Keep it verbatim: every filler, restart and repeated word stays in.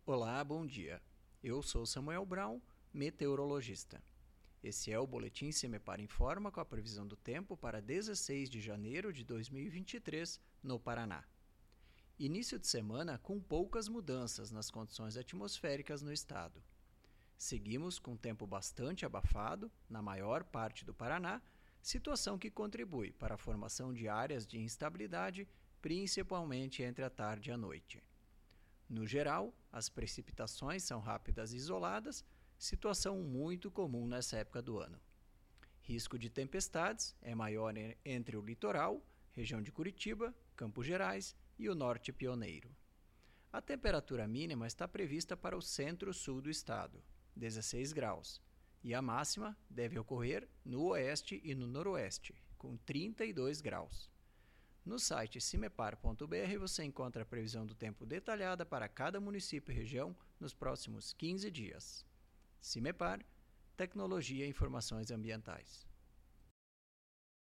Olá, bom dia. Eu sou Samuel Brown, meteorologista. Esse é o Boletim Semepar Informa com a previsão do tempo para dezesseis de janeiro de dois mil e vinte e três, no Paraná. Início de semana com poucas mudanças nas condições atmosféricas no estado. Seguimos com tempo bastante abafado na maior parte do Paraná, situação que contribui para a formação de áreas de instabilidade, principalmente entre a tarde e a noite. No geral, as precipitações são rápidas e isoladas, situação muito comum nessa época do ano. Risco de tempestades é maior entre o litoral, região de Curitiba, Campos Gerais e o norte pioneiro. A temperatura mínima está prevista para o centro-sul do estado, dezesseis graus, e a máxima deve ocorrer no oeste e no noroeste, com trinta e dois graus. No site cimepar ponto b r você encontra a previsão do tempo detalhada para cada município e região nos próximos quinze dias. Cimepar, Tecnologia e Informações Ambientais.